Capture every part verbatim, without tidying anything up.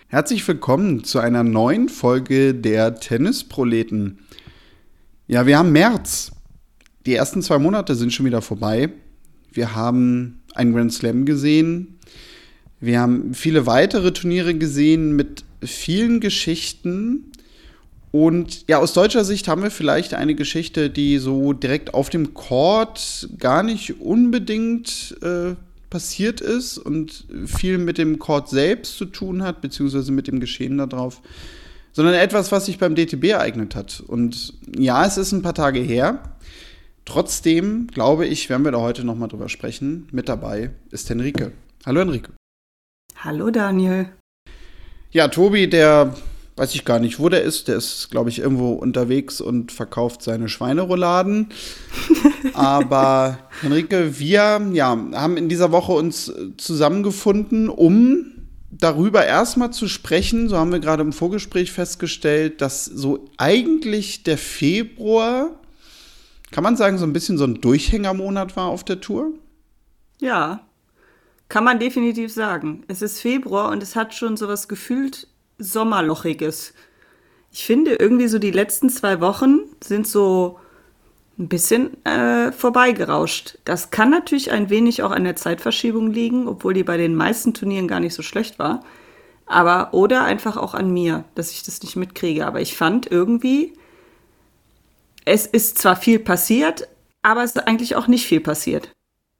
Herzlich willkommen zu einer neuen Folge der Tennisproleten. Ja, wir haben März. Die ersten zwei Monate sind schon wieder vorbei. Wir haben einen Grand Slam gesehen. Wir haben viele weitere Turniere gesehen mit vielen Geschichten. Und ja, aus deutscher Sicht haben wir vielleicht eine Geschichte, die so direkt auf dem Court gar nicht unbedingt äh, passiert ist und viel mit dem Court selbst zu tun hat, beziehungsweise mit dem Geschehen da drauf, sondern etwas, was sich beim D T B ereignet hat. Und ja, es ist ein paar Tage her. Trotzdem, glaube ich, werden wir da heute noch mal drüber sprechen. Mit dabei ist Henrike. Hallo Henrike. Hallo Daniel. Ja, Tobi, der weiß ich gar nicht, wo der ist. Der ist, glaube ich, irgendwo unterwegs und verkauft seine Schweinerouladen. Aber Henrike, wir ja, haben in dieser Woche uns zusammengefunden, um darüber erstmal zu sprechen. So haben wir gerade im Vorgespräch festgestellt, dass so eigentlich der Februar, kann man sagen, so ein bisschen so ein Durchhängermonat war auf der Tour? Ja, kann man definitiv sagen. Es ist Februar und es hat schon sowas gefühlt Sommerlochiges. Ich finde irgendwie so die letzten zwei Wochen sind so ein bisschen äh, vorbeigerauscht. Das kann natürlich ein wenig auch an der Zeitverschiebung liegen, obwohl die bei den meisten Turnieren gar nicht so schlecht war. Aber oder einfach auch an mir, dass ich das nicht mitkriege. Aber ich fand irgendwie, es ist zwar viel passiert, aber es ist eigentlich auch nicht viel passiert.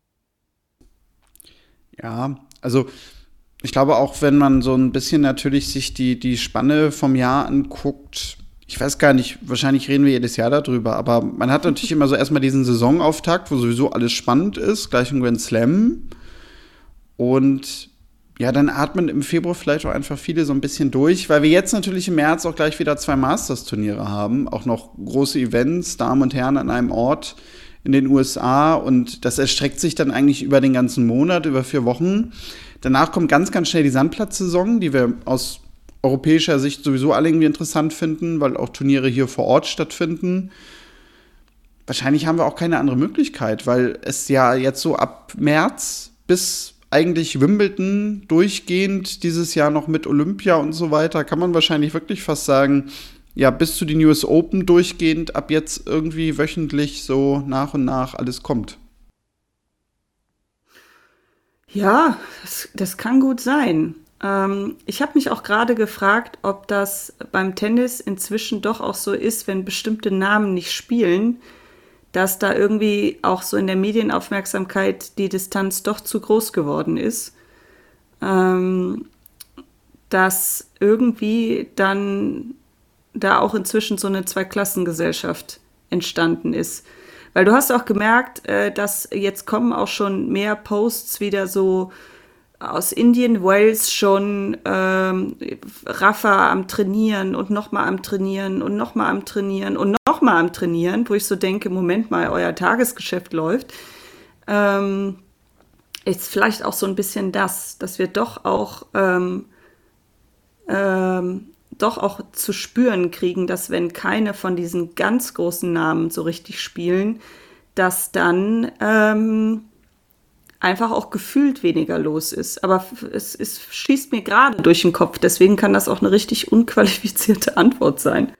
Ja, also ich glaube auch, wenn man so ein bisschen natürlich sich die, die Spanne vom Jahr anguckt, ich weiß gar nicht, wahrscheinlich reden wir jedes Jahr darüber, aber man hat natürlich immer so erstmal diesen Saisonauftakt, wo sowieso alles spannend ist, gleich ein Grand Slam. Und ja, dann atmen im Februar vielleicht auch einfach viele so ein bisschen durch, weil wir jetzt natürlich im März auch gleich wieder zwei Masters-Turniere haben, auch noch große Events, Damen und Herren an einem Ort in den U S A, und das erstreckt sich dann eigentlich über den ganzen Monat, über vier Wochen. Danach kommt ganz, ganz schnell die Sandplatzsaison, die wir aus europäischer Sicht sowieso alle irgendwie interessant finden, weil auch Turniere hier vor Ort stattfinden. Wahrscheinlich haben wir auch keine andere Möglichkeit, weil es ja jetzt so ab März bis eigentlich Wimbledon durchgehend dieses Jahr noch mit Olympia und so weiter, kann man wahrscheinlich wirklich fast sagen, ja, bis zu den U S Open durchgehend, ab jetzt irgendwie wöchentlich so nach und nach alles kommt. Ja, das, das kann gut sein. Ähm, ich habe mich auch gerade gefragt, ob das beim Tennis inzwischen doch auch so ist, wenn bestimmte Namen nicht spielen, dass da irgendwie auch so in der Medienaufmerksamkeit die Distanz doch zu groß geworden ist. Ähm, dass irgendwie dann da auch inzwischen so eine Zweiklassengesellschaft entstanden ist. Weil du hast auch gemerkt, äh, dass jetzt kommen auch schon mehr Posts wieder so aus Indien, Wales schon ähm, Rafa am Trainieren und nochmal am Trainieren und nochmal am Trainieren und nochmal am Trainieren, wo ich so denke, Moment mal, euer Tagesgeschäft läuft. Ähm, ist vielleicht auch so ein bisschen das, dass wir doch auch ähm, ähm, doch auch zu spüren kriegen, dass wenn keine von diesen ganz großen Namen so richtig spielen, dass dann ähm, einfach auch gefühlt weniger los ist. Aber es, es schießt mir gerade durch den Kopf, deswegen kann das auch eine richtig unqualifizierte Antwort sein.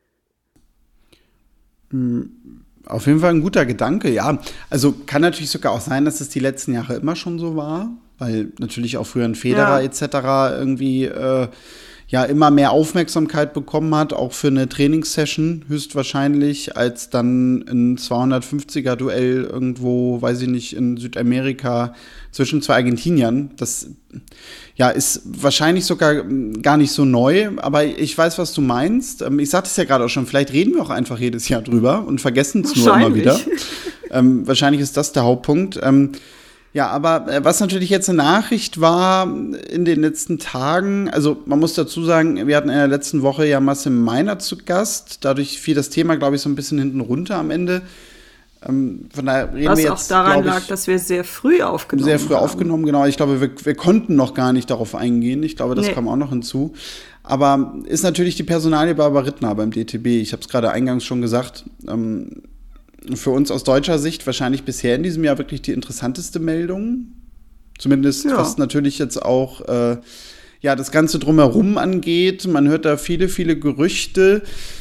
Auf jeden Fall ein guter Gedanke, ja. Also kann natürlich sogar auch sein, dass es die letzten Jahre immer schon so war, weil natürlich auch früher ein Federer Ja. et cetera irgendwie äh, ja immer mehr Aufmerksamkeit bekommen hat, auch für eine Trainingssession höchstwahrscheinlich, als dann ein zweihundertfünfziger-Duell irgendwo, weiß ich nicht, in Südamerika zwischen zwei Argentiniern. Das ja, ist wahrscheinlich sogar gar nicht so neu, aber ich weiß, was du meinst. Ich sagte es ja gerade auch schon, vielleicht reden wir auch einfach jedes Jahr drüber und vergessen es nur immer wieder. Ähm, wahrscheinlich ist das der Hauptpunkt. Ähm, Ja, aber äh, was natürlich jetzt eine Nachricht war in den letzten Tagen, also man muss dazu sagen, wir hatten in der letzten Woche ja Marcel Meiner zu Gast, dadurch fiel das Thema, glaube ich, so ein bisschen hinten runter am Ende. Ähm, von daher reden Was wir auch jetzt, daran glaub ich, lag, dass wir sehr früh aufgenommen sehr früh haben. aufgenommen, genau. Ich glaube, wir, wir konnten noch gar nicht darauf eingehen. Ich glaube, das Nee. kam auch noch hinzu. Aber ist natürlich die Personalie Barbara Rittner beim D T B. Ich habe es gerade eingangs schon gesagt. Ähm, für uns aus deutscher Sicht wahrscheinlich bisher in diesem Jahr wirklich die interessanteste Meldung. Zumindest Ja. was natürlich jetzt auch äh, ja, das Ganze drumherum angeht. Man hört da viele, viele Gerüchte.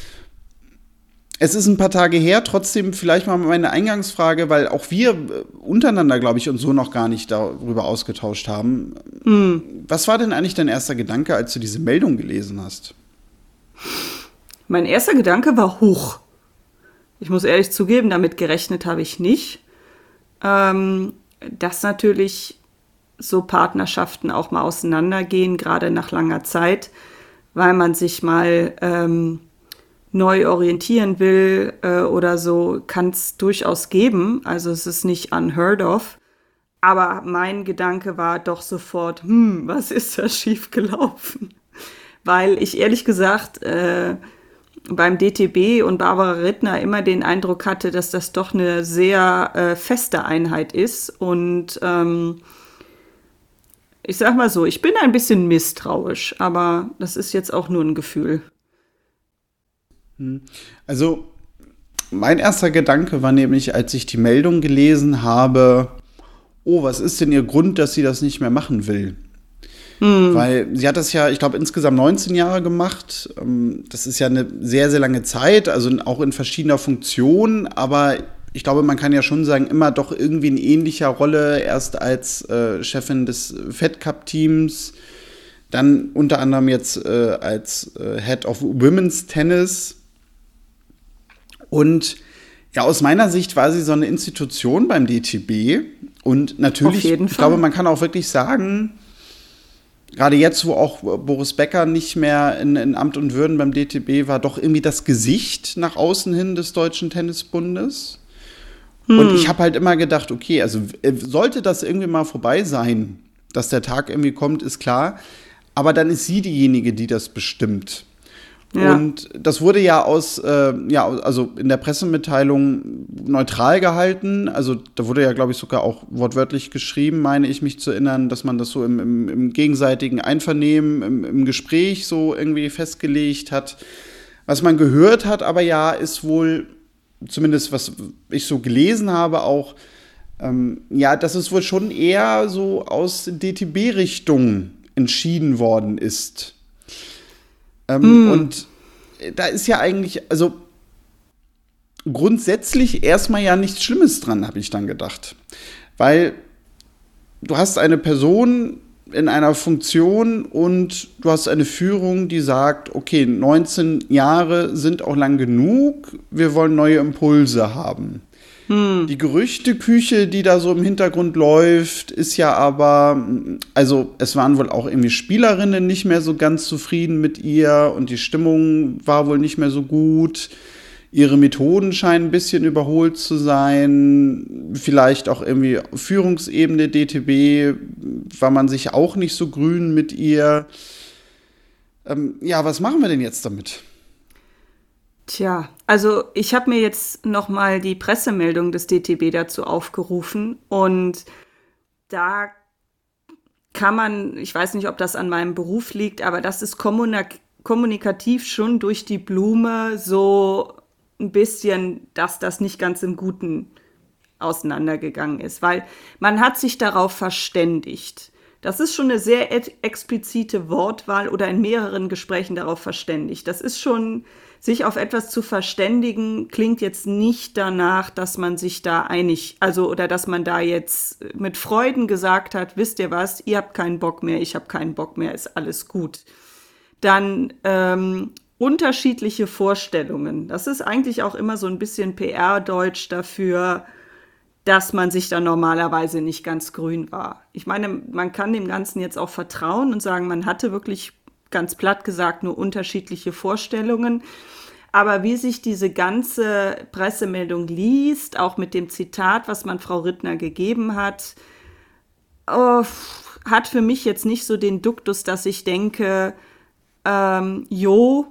Es ist ein paar Tage her, trotzdem vielleicht mal meine Eingangsfrage, weil auch wir untereinander, glaube ich, uns so noch gar nicht darüber ausgetauscht haben. Mm. Was war denn eigentlich dein erster Gedanke, als du diese Meldung gelesen hast? Mein erster Gedanke war hoch. Ich muss ehrlich zugeben, damit gerechnet habe ich nicht. Ähm, dass natürlich so Partnerschaften auch mal auseinandergehen, gerade nach langer Zeit, weil man sich mal ähm, neu orientieren will äh, oder so, kann es durchaus geben. Also es ist nicht unheard of. Aber mein Gedanke war doch sofort, hm, was ist da schiefgelaufen? Weil ich ehrlich gesagt äh, beim D T B und Barbara Rittner immer den Eindruck hatte, dass das doch eine sehr äh, feste Einheit ist. Und ähm, ich sag mal so, ich bin ein bisschen misstrauisch, aber das ist jetzt auch nur ein Gefühl. Also mein erster Gedanke war nämlich, als ich die Meldung gelesen habe, oh, was ist denn ihr Grund, dass sie das nicht mehr machen will? Hm. Weil sie hat das ja, ich glaube, insgesamt neunzehn Jahre gemacht. Das ist ja eine sehr, sehr lange Zeit, also auch in verschiedener Funktion. Aber ich glaube, man kann ja schon sagen, immer doch irgendwie in ähnlicher Rolle. Erst als äh, Chefin des Fed Cup Teams, dann unter anderem jetzt äh, als äh, Head of Women's Tennis. Und ja, aus meiner Sicht war sie so eine Institution beim D T B. Und natürlich, ich glaube, man kann auch wirklich sagen, gerade jetzt, wo auch Boris Becker nicht mehr in, in Amt und Würden beim D T B war, doch irgendwie das Gesicht nach außen hin des Deutschen Tennisbundes. Hm. Und ich habe halt immer gedacht, okay, also sollte das irgendwie mal vorbei sein, dass der Tag irgendwie kommt, ist klar. Aber dann ist sie diejenige, die das bestimmt. Ja. Und das wurde ja aus, äh, ja, also in der Pressemitteilung neutral gehalten. Also da wurde ja, glaube ich, sogar auch wortwörtlich geschrieben, meine ich mich zu erinnern, dass man das so im, im, im gegenseitigen Einvernehmen, im, im Gespräch so irgendwie festgelegt hat. Was man gehört hat, aber ja, ist wohl, zumindest was ich so gelesen habe, auch, ähm, ja, dass es wohl schon eher so aus D T B-Richtung entschieden worden ist. Ähm, mm. Und da ist ja eigentlich, also grundsätzlich erstmal ja nichts Schlimmes dran, habe ich dann gedacht. Weil du hast eine Person in einer Funktion und du hast eine Führung, die sagt, okay, neunzehn Jahre sind auch lang genug, wir wollen neue Impulse haben. Hm. Die Gerüchteküche, die da so im Hintergrund läuft, ist ja aber, also es waren wohl auch irgendwie Spielerinnen nicht mehr so ganz zufrieden mit ihr und die Stimmung war wohl nicht mehr so gut. Ihre Methoden scheinen ein bisschen überholt zu sein. Vielleicht auch irgendwie Führungsebene D T B war man sich auch nicht so grün mit ihr. Ähm, ja, was machen wir denn jetzt damit? Tja, also ich habe mir jetzt noch mal die Pressemeldung des D T B dazu aufgerufen und da kann man, ich weiß nicht, ob das an meinem Beruf liegt, aber das ist kommunik- kommunikativ schon durch die Blume so ein bisschen, dass das nicht ganz im Guten auseinandergegangen ist, weil man hat sich darauf verständigt. Das ist schon eine sehr explizite Wortwahl oder in mehreren Gesprächen darauf verständigt. Das ist schon, sich auf etwas zu verständigen, klingt jetzt nicht danach, dass man sich da einig, also oder dass man da jetzt mit Freuden gesagt hat, wisst ihr was, ihr habt keinen Bock mehr, ich habe keinen Bock mehr, ist alles gut. Dann ähm, unterschiedliche Vorstellungen. Das ist eigentlich auch immer so ein bisschen P R-Deutsch dafür, dass man sich da normalerweise nicht ganz grün war. Ich meine, man kann dem Ganzen jetzt auch vertrauen und sagen, man hatte wirklich ganz platt gesagt nur unterschiedliche Vorstellungen. Aber wie sich diese ganze Pressemeldung liest, auch mit dem Zitat, was man Frau Rittner gegeben hat, oh, hat für mich jetzt nicht so den Duktus, dass ich denke, ähm, jo,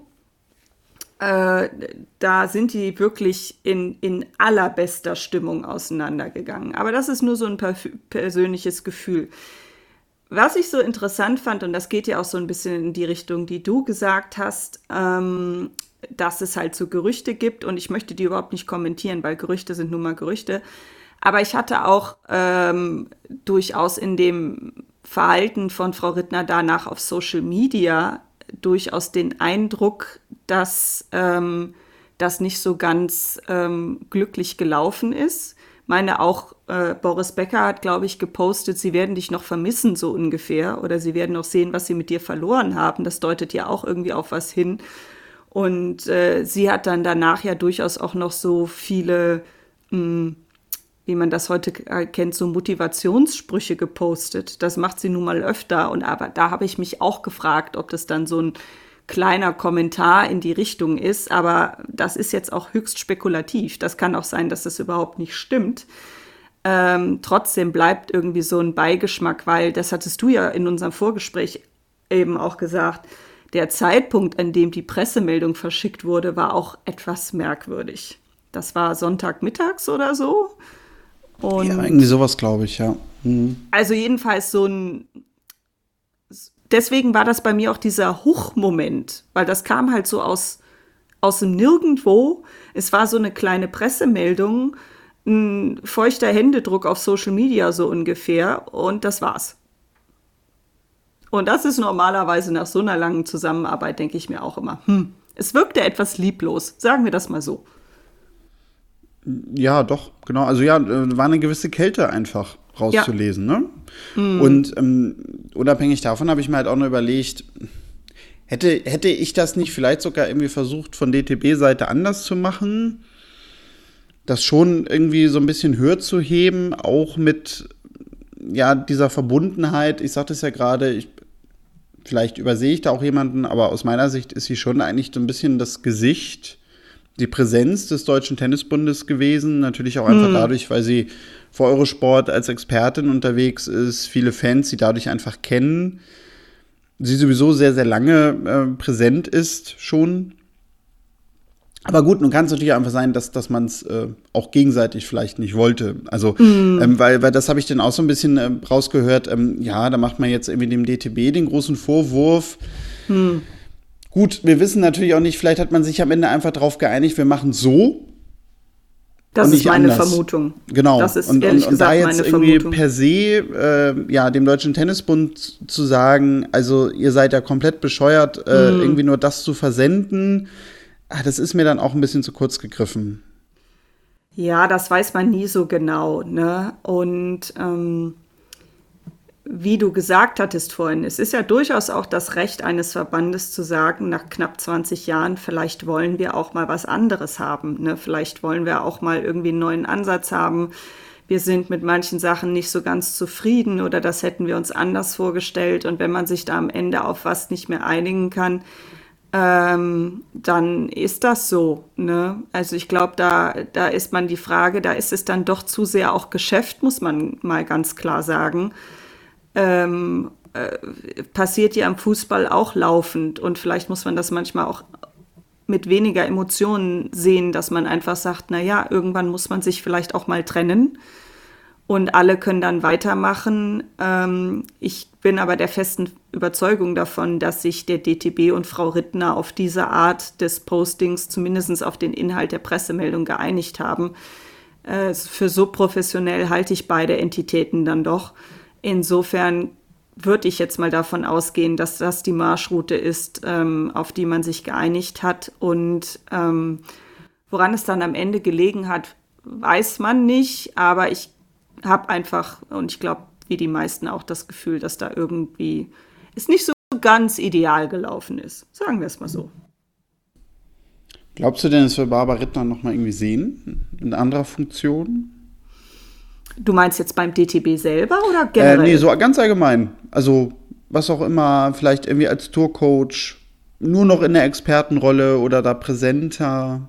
Äh, da sind die wirklich in, in allerbester Stimmung auseinandergegangen. Aber das ist nur so ein perf- persönliches Gefühl. Was ich so interessant fand, und das geht ja auch so ein bisschen in die Richtung, die du gesagt hast, ähm, dass es halt so Gerüchte gibt, und ich möchte die überhaupt nicht kommentieren, weil Gerüchte sind nun mal Gerüchte. Aber ich hatte auch ähm, durchaus in dem Verhalten von Frau Rittner danach auf Social Media durchaus den Eindruck, dass ähm, das nicht so ganz ähm, glücklich gelaufen ist. Ich meine, auch äh, Boris Becker hat, glaube ich, gepostet, sie werden dich noch vermissen, so ungefähr. Oder sie werden noch sehen, was sie mit dir verloren haben. Das deutet ja auch irgendwie auf was hin. Und äh, sie hat dann danach ja durchaus auch noch so viele, mh, wie man das heute kennt, so Motivationssprüche gepostet. Das macht sie nun mal öfter. Und aber da habe ich mich auch gefragt, ob das dann so ein kleiner Kommentar in die Richtung ist. Aber das ist jetzt auch höchst spekulativ. Das kann auch sein, dass das überhaupt nicht stimmt. Ähm, trotzdem bleibt irgendwie so ein Beigeschmack, weil, das hattest du ja in unserem Vorgespräch eben auch gesagt, der Zeitpunkt, an dem die Pressemeldung verschickt wurde, war auch etwas merkwürdig. Das war Sonntagmittags oder so. Und ja, irgendwie sowas, glaube ich, ja. Mhm. Also jedenfalls so ein, deswegen war das bei mir auch dieser Huch-Moment, weil das kam halt so aus, aus dem Nirgendwo. Es war so eine kleine Pressemeldung, ein feuchter Händedruck auf Social Media so ungefähr und das war's. Und das ist normalerweise nach so einer langen Zusammenarbeit, denke ich mir auch immer, hm, es wirkte etwas lieblos, sagen wir das mal so. Ja, doch, genau. Also ja, war eine gewisse Kälte einfach rauszulesen, ja. Ne? Mm. Und ähm, unabhängig davon habe ich mir halt auch noch überlegt, hätte, hätte ich das nicht vielleicht sogar irgendwie versucht, von D T B-Seite anders zu machen, das schon irgendwie so ein bisschen höher zu heben, auch mit ja, dieser Verbundenheit. Ich sagte es ja gerade, ich, vielleicht übersehe ich da auch jemanden, aber aus meiner Sicht ist sie schon eigentlich so ein bisschen das Gesicht, die Präsenz des Deutschen Tennisbundes gewesen. Natürlich auch einfach hm. dadurch, weil sie vor Eurosport als Expertin unterwegs ist, viele Fans sie dadurch einfach kennen. Sie sowieso sehr, sehr lange äh, präsent ist schon. Aber gut, nun kann es natürlich einfach sein, dass, dass man es äh, auch gegenseitig vielleicht nicht wollte. Also, mm. ähm, weil, weil das habe ich dann auch so ein bisschen äh, rausgehört. Ähm, ja, da macht man jetzt irgendwie dem D T B den großen Vorwurf. Mm. Gut, wir wissen natürlich auch nicht, vielleicht hat man sich am Ende einfach darauf geeinigt, wir machen so. Das ist meine anders. Vermutung. Genau. Das ist und, ehrlich und, und gesagt da jetzt meine irgendwie Vermutung. Per se äh, ja, dem Deutschen Tennisbund zu sagen, also ihr seid ja komplett bescheuert, äh, mm. irgendwie nur das zu versenden. Das ist mir dann auch ein bisschen zu kurz gegriffen. Ja, das weiß man nie so genau, ne? Und ähm, wie du gesagt hattest vorhin, es ist ja durchaus auch das Recht eines Verbandes zu sagen, nach knapp zwanzig Jahren, vielleicht wollen wir auch mal was anderes haben, ne? Vielleicht wollen wir auch mal irgendwie einen neuen Ansatz haben. Wir sind mit manchen Sachen nicht so ganz zufrieden oder das hätten wir uns anders vorgestellt. Und wenn man sich da am Ende auf was nicht mehr einigen kann, Ähm, dann ist das so, ne? Also ich glaube, da, da ist man die Frage, da ist es dann doch zu sehr auch Geschäft, muss man mal ganz klar sagen. Ähm, äh, passiert ja im Fußball auch laufend und vielleicht muss man das manchmal auch mit weniger Emotionen sehen, dass man einfach sagt, na ja, irgendwann muss man sich vielleicht auch mal trennen. Und alle können dann weitermachen. Ähm, ich bin aber der festen Überzeugung davon, dass sich der D T B und Frau Rittner auf diese Art des Postings, zumindest auf den Inhalt der Pressemeldung, geeinigt haben. Äh, für so professionell halte ich beide Entitäten dann doch. Insofern würde ich jetzt mal davon ausgehen, dass das die Marschroute ist, ähm, auf die man sich geeinigt hat. Und ähm, woran es dann am Ende gelegen hat, weiß man nicht. Aber ich habe einfach, und ich glaube, wie die meisten auch das Gefühl, dass da irgendwie es nicht so ganz ideal gelaufen ist. Sagen wir es mal so. Glaubst du denn, dass wir Barbara Rittner noch mal irgendwie sehen? In anderer Funktion? Du meinst jetzt beim D T B selber oder generell? Äh, nee, so ganz allgemein. Also, was auch immer, vielleicht irgendwie als Tourcoach, nur noch in der Expertenrolle oder da präsenter.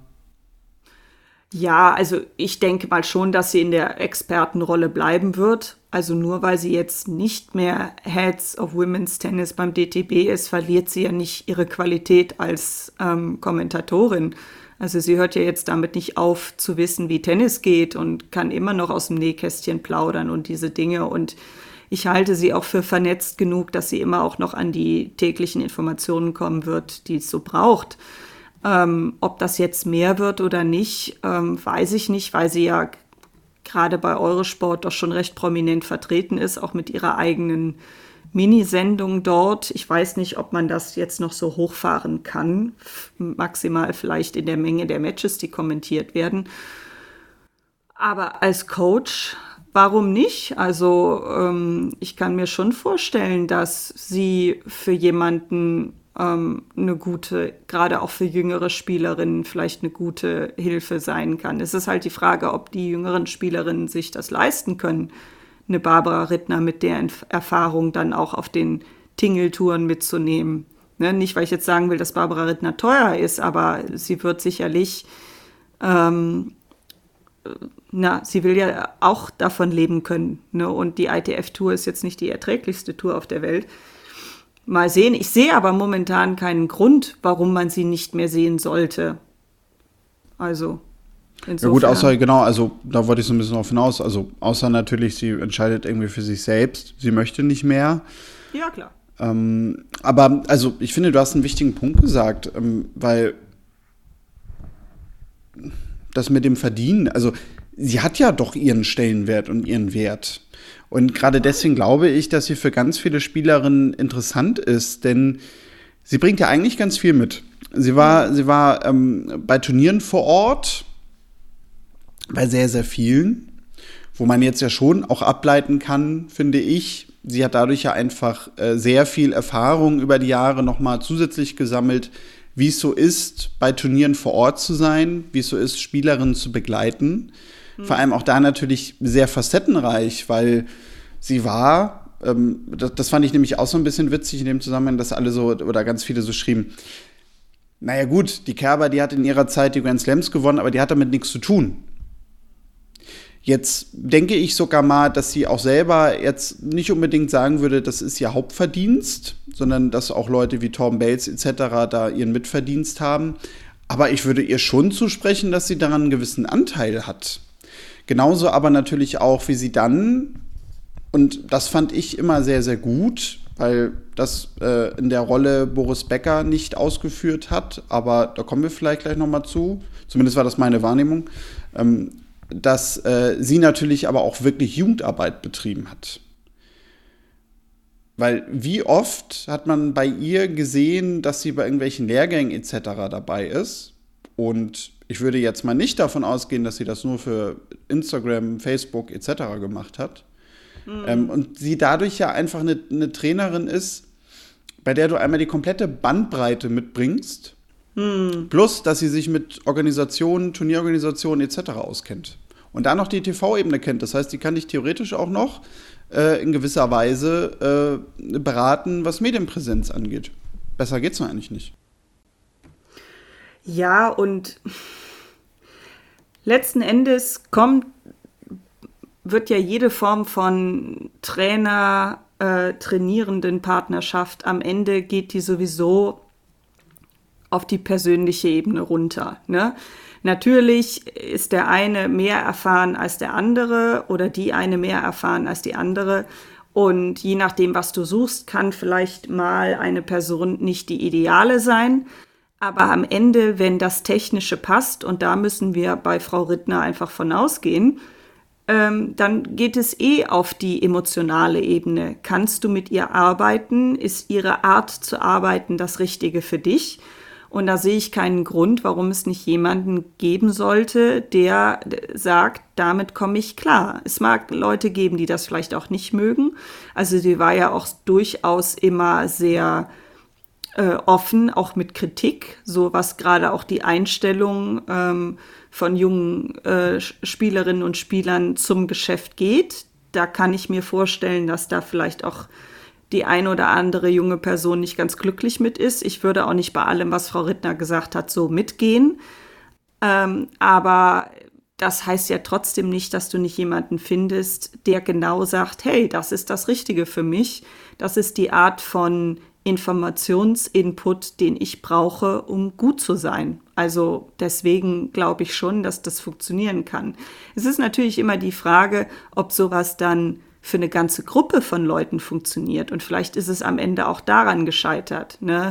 Ja, also ich denke mal schon, dass sie in der Expertenrolle bleiben wird. Also nur weil sie jetzt nicht mehr Heads of Women's Tennis beim D T B ist, verliert sie ja nicht ihre Qualität als ähm, Kommentatorin. Also sie hört ja jetzt damit nicht auf zu wissen, wie Tennis geht und kann immer noch aus dem Nähkästchen plaudern und diese Dinge. Und ich halte sie auch für vernetzt genug, dass sie immer auch noch an die täglichen Informationen kommen wird, die es so braucht. Ähm, ob das jetzt mehr wird oder nicht, ähm, weiß ich nicht, weil sie ja gerade bei Eurosport doch schon recht prominent vertreten ist, auch mit ihrer eigenen Minisendung dort. Ich weiß nicht, ob man das jetzt noch so hochfahren kann. Maximal vielleicht in der Menge der Matches, die kommentiert werden. Aber als Coach, warum nicht? Also ähm, ich kann mir schon vorstellen, dass sie für jemanden ähm, eine gute, gerade auch für jüngere Spielerinnen, vielleicht eine gute Hilfe sein kann. Es ist halt die Frage, ob die jüngeren Spielerinnen sich das leisten können, eine Barbara Rittner mit der Erfahrung dann auch auf den Tingeltouren mitzunehmen. Ne? Nicht, weil ich jetzt sagen will, dass Barbara Rittner teuer ist, aber sie wird sicherlich, ähm, na, sie will ja auch davon leben können. Ne? Und die I T F-Tour ist jetzt nicht die erträglichste Tour auf der Welt. Mal sehen. Ich sehe aber momentan keinen Grund, warum man sie nicht mehr sehen sollte. Also insofern. Ja gut, außer, genau, also da wollte ich so ein bisschen drauf hinaus, also außer natürlich, sie entscheidet irgendwie für sich selbst, sie möchte nicht mehr. Ja, klar. Ähm, aber, also ich finde, du hast einen wichtigen Punkt gesagt, ähm, weil das mit dem Verdienen, also sie hat ja doch ihren Stellenwert und ihren Wert. Und gerade deswegen glaube ich, dass sie für ganz viele Spielerinnen interessant ist, denn sie bringt ja eigentlich ganz viel mit. Sie war, sie war ähm, bei Turnieren vor Ort, bei sehr, sehr vielen, wo man jetzt ja schon auch ableiten kann, finde ich. Sie hat dadurch ja einfach äh, sehr viel Erfahrung über die Jahre nochmal zusätzlich gesammelt, wie es so ist, bei Turnieren vor Ort zu sein, wie es so ist, Spielerinnen zu begleiten. Mhm. Vor allem auch da natürlich sehr facettenreich, weil sie war, ähm, das, das fand ich nämlich auch so ein bisschen witzig in dem Zusammenhang, dass alle so, oder ganz viele so schrieben, naja gut, die Kerber, die hat in ihrer Zeit die Grand Slams gewonnen, aber die hat damit nichts zu tun. Jetzt denke ich sogar mal, dass sie auch selber jetzt nicht unbedingt sagen würde, das ist ihr Hauptverdienst, sondern dass auch Leute wie Torben Belz et cetera da ihren Mitverdienst haben. Aber ich würde ihr schon zusprechen, dass sie daran einen gewissen Anteil hat. Genauso aber natürlich auch, wie sie dann, und das fand ich immer sehr, sehr gut, weil das äh, in der Rolle Boris Becker nicht ausgeführt hat, aber da kommen wir vielleicht gleich nochmal zu, zumindest war das meine Wahrnehmung, ähm, dass äh, sie natürlich aber auch wirklich Jugendarbeit betrieben hat. Weil wie oft hat man bei ihr gesehen, dass sie bei irgendwelchen Lehrgängen et cetera dabei ist. Und ich würde jetzt mal nicht davon ausgehen, dass sie das nur für Instagram, Facebook et cetera gemacht hat. Mhm. Ähm, und sie dadurch ja einfach eine, eine Trainerin ist, bei der du einmal die komplette Bandbreite mitbringst. Mhm. Plus, dass sie sich mit Organisationen, Turnierorganisationen et cetera auskennt. Und da noch die T V-Ebene kennt. Das heißt, die kann dich theoretisch auch noch äh, in gewisser Weise äh, beraten, was Medienpräsenz angeht. Besser geht's noch eigentlich nicht. Ja, und letzten Endes kommt, wird ja jede Form von Trainer, äh, trainierenden Partnerschaft, am Ende geht die sowieso auf die persönliche Ebene runter, ne? Natürlich ist der eine mehr erfahren als der andere oder die eine mehr erfahren als die andere. Und je nachdem, was du suchst, kann vielleicht mal eine Person nicht die ideale sein. Aber am Ende, wenn das Technische passt, und da müssen wir bei Frau Rittner einfach von ausgehen, ähm, dann geht es eh auf die emotionale Ebene. Kannst du mit ihr arbeiten? Ist ihre Art zu arbeiten das Richtige für dich? Und da sehe ich keinen Grund, warum es nicht jemanden geben sollte, der sagt, damit komme ich klar. Es mag Leute geben, die das vielleicht auch nicht mögen. Also sie war ja auch durchaus immer sehr äh, offen, auch mit Kritik, so was gerade auch die Einstellung ähm, von jungen äh, Spielerinnen und Spielern zum Geschäft geht. Da kann ich mir vorstellen, dass da vielleicht auch die ein oder andere junge Person nicht ganz glücklich mit ist. Ich würde auch nicht bei allem, was Frau Rittner gesagt hat, so mitgehen. Ähm, aber das heißt ja trotzdem nicht, dass du nicht jemanden findest, der genau sagt, hey, das ist das Richtige für mich. Das ist die Art von Informationsinput, den ich brauche, um gut zu sein. Also deswegen glaube ich schon, dass das funktionieren kann. Es ist natürlich immer die Frage, ob sowas dann für eine ganze Gruppe von Leuten funktioniert. Und vielleicht ist es am Ende auch daran gescheitert, ne?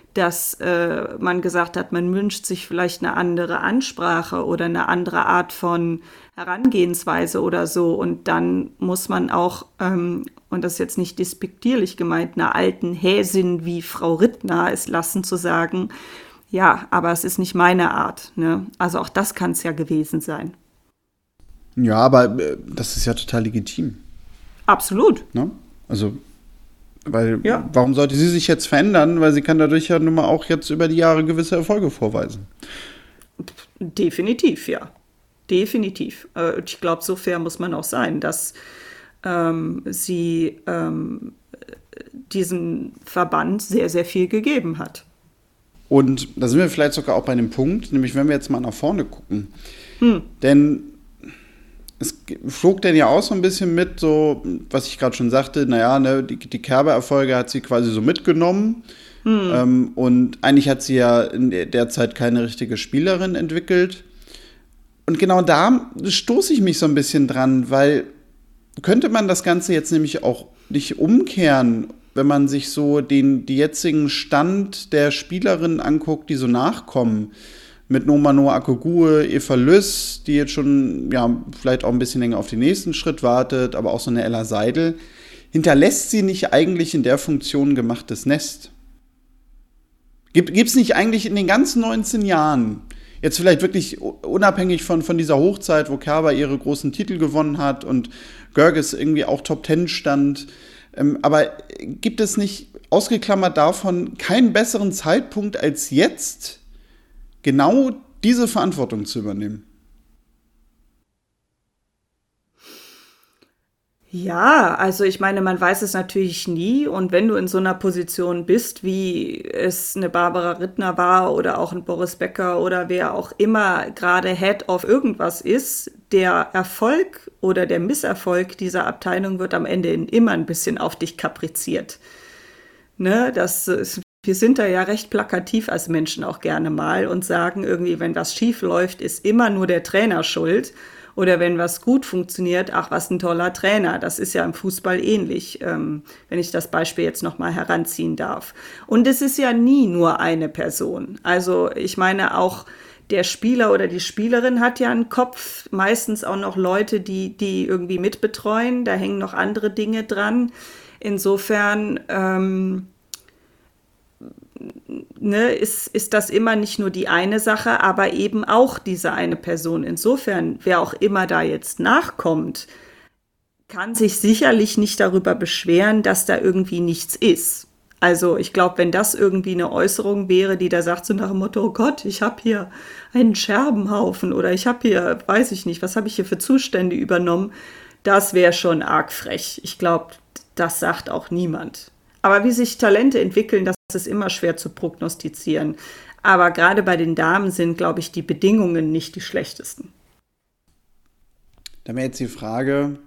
dass äh, man gesagt hat, man wünscht sich vielleicht eine andere Ansprache oder eine andere Art von Herangehensweise oder so. Und dann muss man auch, ähm, und das ist jetzt nicht despektierlich gemeint, einer alten Häsin wie Frau Rittner es lassen zu sagen, ja, aber es ist nicht meine Art. Ne? Also auch das kann es ja gewesen sein. Ja, aber äh, das ist ja total legitim. Absolut. Ne? Also, weil, ja. Warum sollte sie sich jetzt verändern? Weil sie kann dadurch ja nun mal auch jetzt über die Jahre gewisse Erfolge vorweisen. Definitiv, ja. Definitiv. Äh, ich glaube, so fair muss man auch sein, dass ähm, sie ähm, diesem Verband sehr, sehr viel gegeben hat. Und da sind wir vielleicht sogar auch bei einem Punkt, nämlich wenn wir jetzt mal nach vorne gucken. Hm. Denn es flog denn ja auch so ein bisschen mit, so, was ich gerade schon sagte, naja, ne, die, die Kerber-Erfolge hat sie quasi so mitgenommen. Hm. Ähm, und eigentlich hat sie ja in der Zeit keine richtige Spielerin entwickelt. Und genau da stoße ich mich so ein bisschen dran, weil könnte man das Ganze jetzt nämlich auch nicht umkehren, wenn man sich so den die jetzigen Stand der Spielerinnen anguckt, die so nachkommen. Mit Nomano Akogue, Eva Lüss, die jetzt schon ja, vielleicht auch ein bisschen länger auf den nächsten Schritt wartet, aber auch so eine Ella Seidel. Hinterlässt sie nicht eigentlich in der Funktion ein gemachtes Nest? Gibt es nicht eigentlich in den ganzen neunzehn Jahren, jetzt vielleicht wirklich unabhängig von, von dieser Hochzeit, wo Kerber ihre großen Titel gewonnen hat und Görges irgendwie auch Top Ten stand, ähm, aber gibt es nicht, ausgeklammert davon, keinen besseren Zeitpunkt als jetzt, genau diese Verantwortung zu übernehmen? Ja, also ich meine, man weiß es natürlich nie. Und wenn du in so einer Position bist, wie es eine Barbara Rittner war oder auch ein Boris Becker oder wer auch immer gerade Head of irgendwas ist, der Erfolg oder der Misserfolg dieser Abteilung wird am Ende immer ein bisschen auf dich kapriziert. Ne, das ist, wir sind da ja recht plakativ als Menschen auch gerne mal und sagen irgendwie, wenn was schief läuft, ist immer nur der Trainer schuld. Oder wenn was gut funktioniert, ach, was ein toller Trainer. Das ist ja im Fußball ähnlich, ähm, wenn ich das Beispiel jetzt nochmal heranziehen darf. Und es ist ja nie nur eine Person. Also ich meine, auch der Spieler oder die Spielerin hat ja einen Kopf, meistens auch noch Leute, die, die irgendwie mitbetreuen. Da hängen noch andere Dinge dran. Insofern ähm, Ne, ist, ist das immer nicht nur die eine Sache, aber eben auch diese eine Person. Insofern, wer auch immer da jetzt nachkommt, kann sich sicherlich nicht darüber beschweren, dass da irgendwie nichts ist. Also ich glaube, wenn das irgendwie eine Äußerung wäre, die da sagt so nach dem Motto, oh Gott, ich habe hier einen Scherbenhaufen oder ich habe hier, weiß ich nicht, was habe ich hier für Zustände übernommen, das wäre schon arg frech. Ich glaube, das sagt auch niemand. Aber wie sich Talente entwickeln, das ist immer schwer zu prognostizieren. Aber gerade bei den Damen sind, glaube ich, die Bedingungen nicht die schlechtesten. Da wäre jetzt die Frage,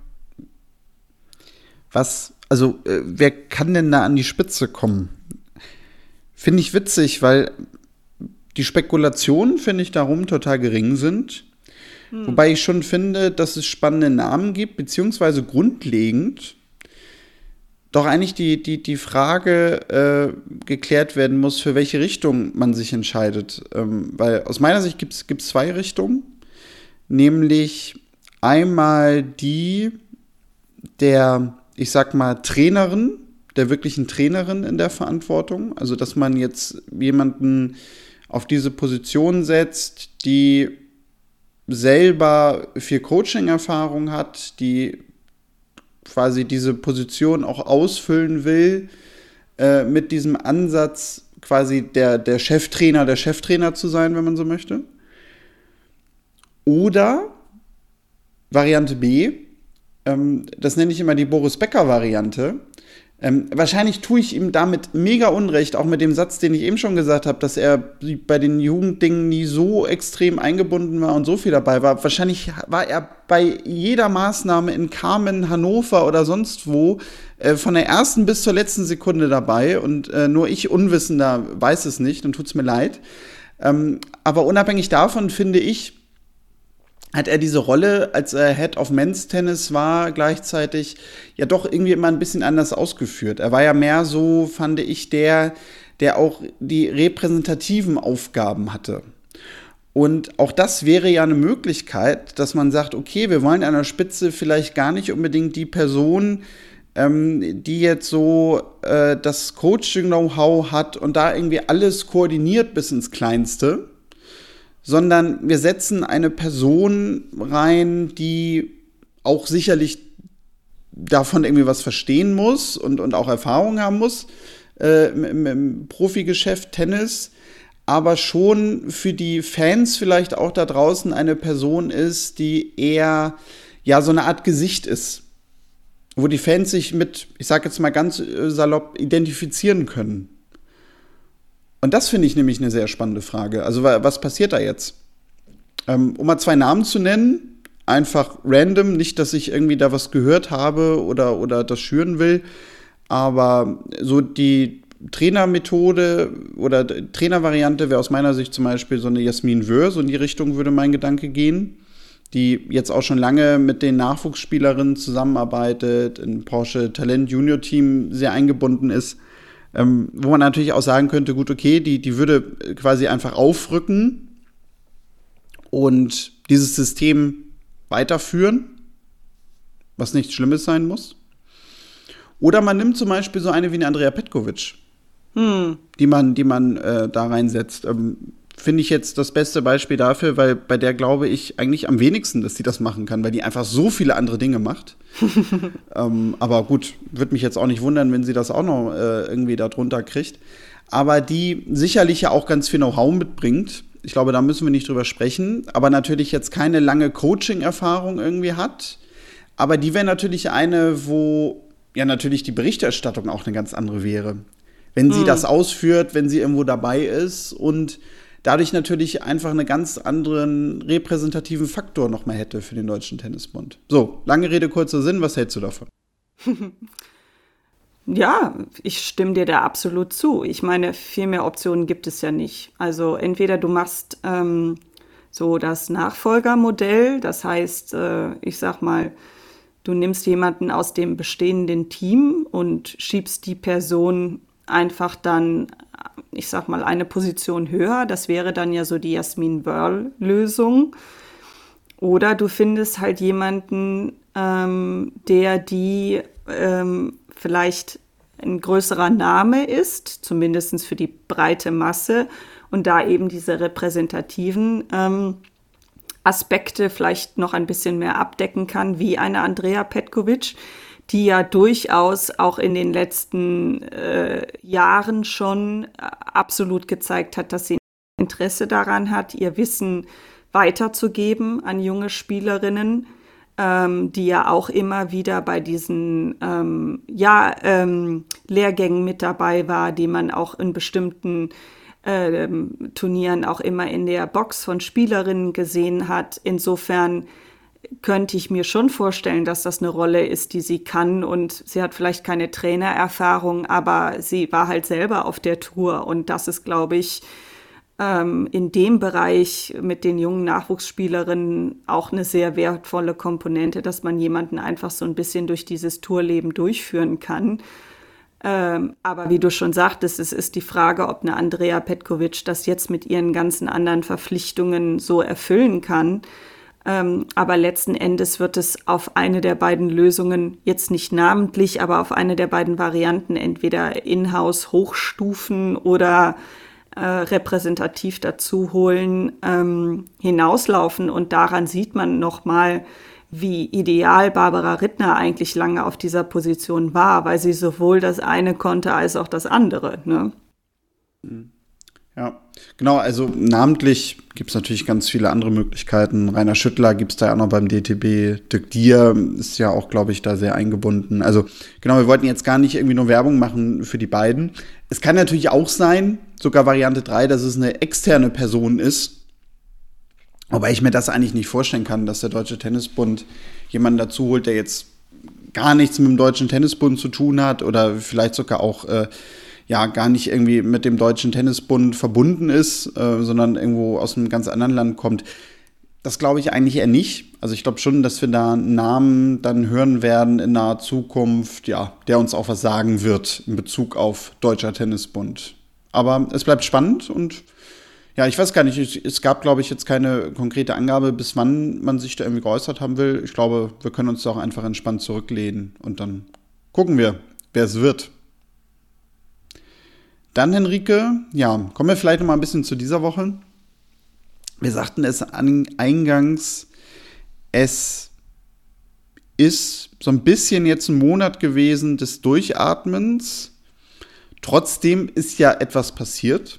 was, also äh, wer kann denn da an die Spitze kommen? Finde ich witzig, weil die Spekulationen, finde ich, darum total gering sind. Hm. Wobei ich schon finde, dass es spannende Namen gibt, beziehungsweise grundlegend doch eigentlich die, die, die Frage äh, geklärt werden muss, für welche Richtung man sich entscheidet. Ähm, weil aus meiner Sicht gibt es zwei Richtungen. Nämlich einmal die der, ich sag mal, Trainerin, der wirklichen Trainerin in der Verantwortung. Also, dass man jetzt jemanden auf diese Position setzt, die selber viel Coaching-Erfahrung hat, die quasi diese Position auch ausfüllen will, äh, mit diesem Ansatz quasi der, der Cheftrainer, der Cheftrainer zu sein, wenn man so möchte. Oder Variante B, ähm, das nenne ich immer die Boris Becker-Variante. Ähm, wahrscheinlich tue ich ihm damit mega Unrecht, auch mit dem Satz, den ich eben schon gesagt habe, dass er bei den Jugenddingen nie so extrem eingebunden war und so viel dabei war. Wahrscheinlich war er bei jeder Maßnahme in Kamen, Hannover oder sonst wo äh, von der ersten bis zur letzten Sekunde dabei und äh, nur ich Unwissender weiß es nicht und tut's mir leid. Ähm, aber unabhängig davon finde ich, hat er diese Rolle, als er Head of Men's Tennis war, gleichzeitig ja doch irgendwie immer ein bisschen anders ausgeführt. Er war ja mehr so, fand ich, der, der auch die repräsentativen Aufgaben hatte. Und auch das wäre ja eine Möglichkeit, dass man sagt, okay, wir wollen an der Spitze vielleicht gar nicht unbedingt die Person, ähm, die jetzt so äh, das Coaching-Know-how hat und da irgendwie alles koordiniert bis ins Kleinste, sondern wir setzen eine Person rein, die auch sicherlich davon irgendwie was verstehen muss und, und auch Erfahrung haben muss äh, im, im Profigeschäft Tennis, aber schon für die Fans vielleicht auch da draußen eine Person ist, die eher ja so eine Art Gesicht ist, wo die Fans sich mit, ich sag jetzt mal ganz salopp, identifizieren können. Und das finde ich nämlich eine sehr spannende Frage. Also was passiert da jetzt? Ähm, um mal zwei Namen zu nennen, einfach random, nicht, dass ich irgendwie da was gehört habe oder, oder das schüren will, aber so die Trainermethode oder Trainervariante wäre aus meiner Sicht zum Beispiel so eine Jasmin Wöhr, so in die Richtung würde mein Gedanke gehen, die jetzt auch schon lange mit den Nachwuchsspielerinnen zusammenarbeitet, in Porsche Talent Junior Team sehr eingebunden ist. Ähm, wo man natürlich auch sagen könnte, gut, okay, die, die würde quasi einfach aufrücken und dieses System weiterführen, was nichts Schlimmes sein muss. Oder man nimmt zum Beispiel so eine wie eine Andrea Petkovic, hm. die man, die man äh, da reinsetzt. Ähm, Finde ich jetzt das beste Beispiel dafür, weil bei der glaube ich eigentlich am wenigsten, dass sie das machen kann, weil die einfach so viele andere Dinge macht. ähm, aber gut, würde mich jetzt auch nicht wundern, wenn sie das auch noch äh, irgendwie da drunter kriegt. Aber die sicherlich ja auch ganz viel Know-how mitbringt. Ich glaube, da müssen wir nicht drüber sprechen. Aber natürlich jetzt keine lange Coaching-Erfahrung irgendwie hat. Aber die wäre natürlich eine, wo ja natürlich die Berichterstattung auch eine ganz andere wäre. Wenn sie hm. das ausführt, wenn sie irgendwo dabei ist und dadurch natürlich einfach einen ganz anderen repräsentativen Faktor noch mal hätte für den Deutschen Tennisbund. So, lange Rede, kurzer Sinn, was hältst du davon? Ja, ich stimme dir da absolut zu. Ich meine, viel mehr Optionen gibt es ja nicht. Also entweder du machst ähm, so das Nachfolgermodell, das heißt, äh, ich sag mal, du nimmst jemanden aus dem bestehenden Team und schiebst die Person einfach dann, ich sag mal, eine Position höher. Das wäre dann ja so die Jasmin Wöhr-Lösung. Oder du findest halt jemanden, ähm, der die ähm, vielleicht ein größerer Name ist, zumindest für die breite Masse, und da eben diese repräsentativen ähm, Aspekte vielleicht noch ein bisschen mehr abdecken kann, wie eine Andrea Petkovic, die ja durchaus auch in den letzten äh, Jahren schon absolut gezeigt hat, dass sie Interesse daran hat, ihr Wissen weiterzugeben an junge Spielerinnen, ähm, die ja auch immer wieder bei diesen ähm, ja, ähm, Lehrgängen mit dabei war, die man auch in bestimmten äh, Turnieren auch immer in der Box von Spielerinnen gesehen hat. Insofern könnte ich mir schon vorstellen, dass das eine Rolle ist, die sie kann, und sie hat vielleicht keine Trainererfahrung, aber sie war halt selber auf der Tour, und das ist, glaube ich, ähm, in dem Bereich mit den jungen Nachwuchsspielerinnen auch eine sehr wertvolle Komponente, dass man jemanden einfach so ein bisschen durch dieses Tourleben durchführen kann. Ähm, aber wie du schon sagtest, es ist die Frage, ob eine Andrea Petkovic das jetzt mit ihren ganzen anderen Verpflichtungen so erfüllen kann. Ähm, aber letzten Endes wird es auf eine der beiden Lösungen, jetzt nicht namentlich, aber auf eine der beiden Varianten, entweder in-house hochstufen oder äh, repräsentativ dazu holen, ähm, hinauslaufen. Und daran sieht man nochmal, wie ideal Barbara Rittner eigentlich lange auf dieser Position war, weil sie sowohl das eine konnte als auch das andere, ne? Ja, genau, also namentlich gibt es natürlich ganz viele andere Möglichkeiten. Rainer Schüttler gibt es da ja auch noch beim D T B. Dirk Dier ist ja auch, glaube ich, da sehr eingebunden. Also genau, wir wollten jetzt gar nicht irgendwie nur Werbung machen für die beiden. Es kann natürlich auch sein, sogar Variante drei, dass es eine externe Person ist. Wobei ich mir das eigentlich nicht vorstellen kann, dass der Deutsche Tennisbund jemanden dazu holt, der jetzt gar nichts mit dem Deutschen Tennisbund zu tun hat oder vielleicht sogar auch äh, ja gar nicht irgendwie mit dem Deutschen Tennisbund verbunden ist, äh, sondern irgendwo aus einem ganz anderen Land kommt. das glaube ich eigentlich eher nicht. Also ich glaube schon, dass wir da einen Namen dann hören werden in naher Zukunft, ja, der uns auch was sagen wird in Bezug auf Deutscher Tennisbund. Aber es bleibt spannend und ja, ich weiß gar nicht, es gab, glaube ich, jetzt keine konkrete Angabe, bis wann man sich da irgendwie geäußert haben will. Ich glaube, wir können uns da auch einfach entspannt zurücklehnen und dann gucken wir, wer es wird. Dann, Henrike, ja, kommen wir vielleicht noch mal ein bisschen zu dieser Woche. Wir sagten es an, eingangs, es ist so ein bisschen jetzt ein Monat gewesen des Durchatmens. Trotzdem ist ja etwas passiert.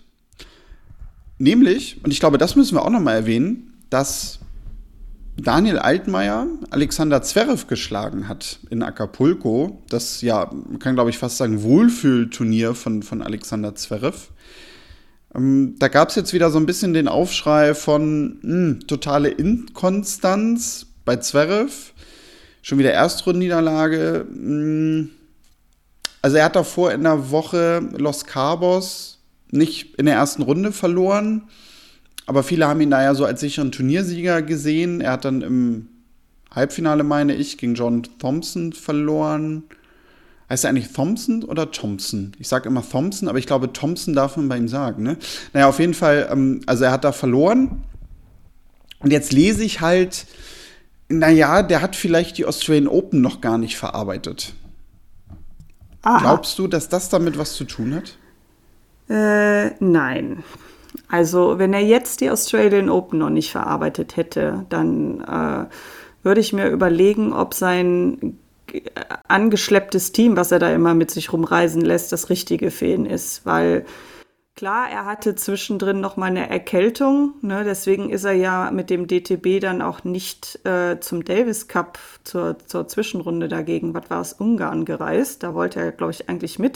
Nämlich, und ich glaube, das müssen wir auch noch mal erwähnen, dass Daniel Altmaier Alexander Zverev geschlagen hat in Acapulco. Das, ja, man kann, glaube ich, fast sagen, Wohlfühlturnier von, von Alexander Zverev. Ähm, da gab es jetzt wieder so ein bisschen den Aufschrei von mh, totale Inkonstanz bei Zverev. Schon wieder Erstrundenniederlage. Mh. Also er hat davor in der Woche Los Cabos nicht in der ersten Runde verloren, aber viele haben ihn da ja so als sicheren Turniersieger gesehen. Er hat dann im Halbfinale, meine ich, gegen John Thompson verloren. Heißt er eigentlich Thompson oder Thompson? Ich sage immer Thompson, aber ich glaube, Thompson darf man bei ihm sagen. Ne? Naja, auf jeden Fall, ähm, also er hat da verloren. Und jetzt lese ich halt, naja, der hat vielleicht die Australian Open noch gar nicht verarbeitet. Aha. Glaubst du, dass das damit was zu tun hat? Äh, nein. Also, wenn er jetzt die Australian Open noch nicht verarbeitet hätte, dann äh, würde ich mir überlegen, ob sein angeschlepptes Team, was er da immer mit sich rumreisen lässt, das Richtige für ihn ist. Weil, klar, er hatte zwischendrin noch mal eine Erkältung, ne? Deswegen ist er ja mit dem D T B dann auch nicht äh, zum Davis Cup zur, zur Zwischenrunde dagegen, was war es, Ungarn gereist. Da wollte er, glaube ich, eigentlich mit.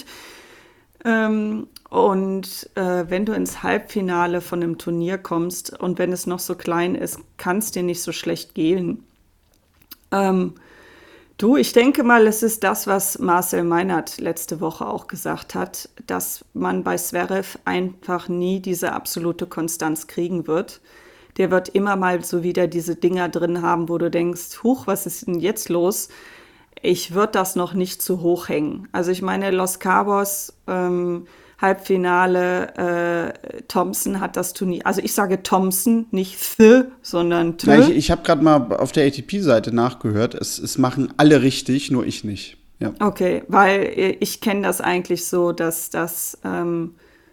Ähm, und äh, wenn du ins Halbfinale von einem Turnier kommst und wenn es noch so klein ist, kann es dir nicht so schlecht gehen. Ähm, du, ich denke mal, es ist das, was Marcel Meinert letzte Woche auch gesagt hat, dass man bei Zverev einfach nie diese absolute Konstanz kriegen wird. Der wird immer mal so wieder diese Dinger drin haben, wo du denkst, huch, was ist denn jetzt los? Ich würde das noch nicht zu hoch hängen. Also ich meine, Los Cabos, ähm, Halbfinale, äh, Thompson hat das Turnier, also ich sage Thompson, nicht Th, sondern T. Ja, ich ich habe gerade mal auf der A T P-Seite nachgehört, es, es machen alle richtig, nur ich nicht. Ja. Okay, weil ich kenne das eigentlich so, dass das, ähm,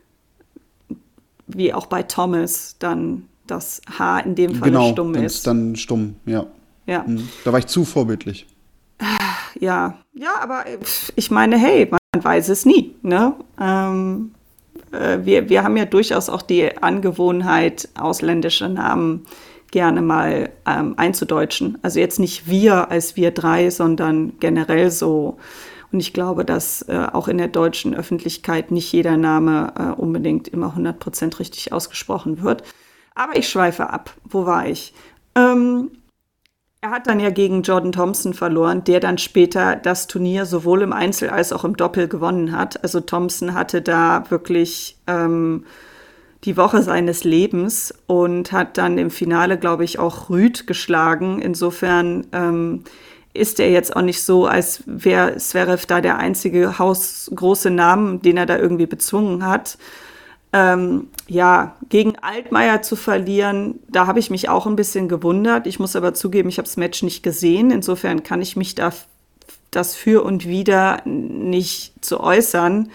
wie auch bei Thomas, dann das H in dem Fall genau, stumm ist. Ist dann stumm, ja. Ja. Da war ich zu vorbildlich. Ja, ja, aber ich meine, hey, man weiß es nie, ne? Ähm, äh, wir, wir haben ja durchaus auch die Angewohnheit, ausländische Namen gerne mal ähm, einzudeutschen. Also jetzt nicht wir als wir drei, sondern generell so. Und ich glaube, dass äh, auch in der deutschen Öffentlichkeit nicht jeder Name äh, unbedingt immer hundert Prozent richtig ausgesprochen wird. Aber ich schweife ab. Wo war ich? Ähm, Er hat dann ja gegen Jordan Thompson verloren, der dann später das Turnier sowohl im Einzel als auch im Doppel gewonnen hat. Also Thompson hatte da wirklich ähm, die Woche seines Lebens und hat dann im Finale, glaube ich, auch Rüd geschlagen. Insofern ähm, ist er jetzt auch nicht so, als wäre Zverev da der einzige hausgroße Name, den er da irgendwie bezwungen hat. Ähm, ja, gegen Altmaier zu verlieren, da habe ich mich auch ein bisschen gewundert. Ich muss aber zugeben, ich habe das Match nicht gesehen. Insofern kann ich mich da das für und wider nicht zu äußern.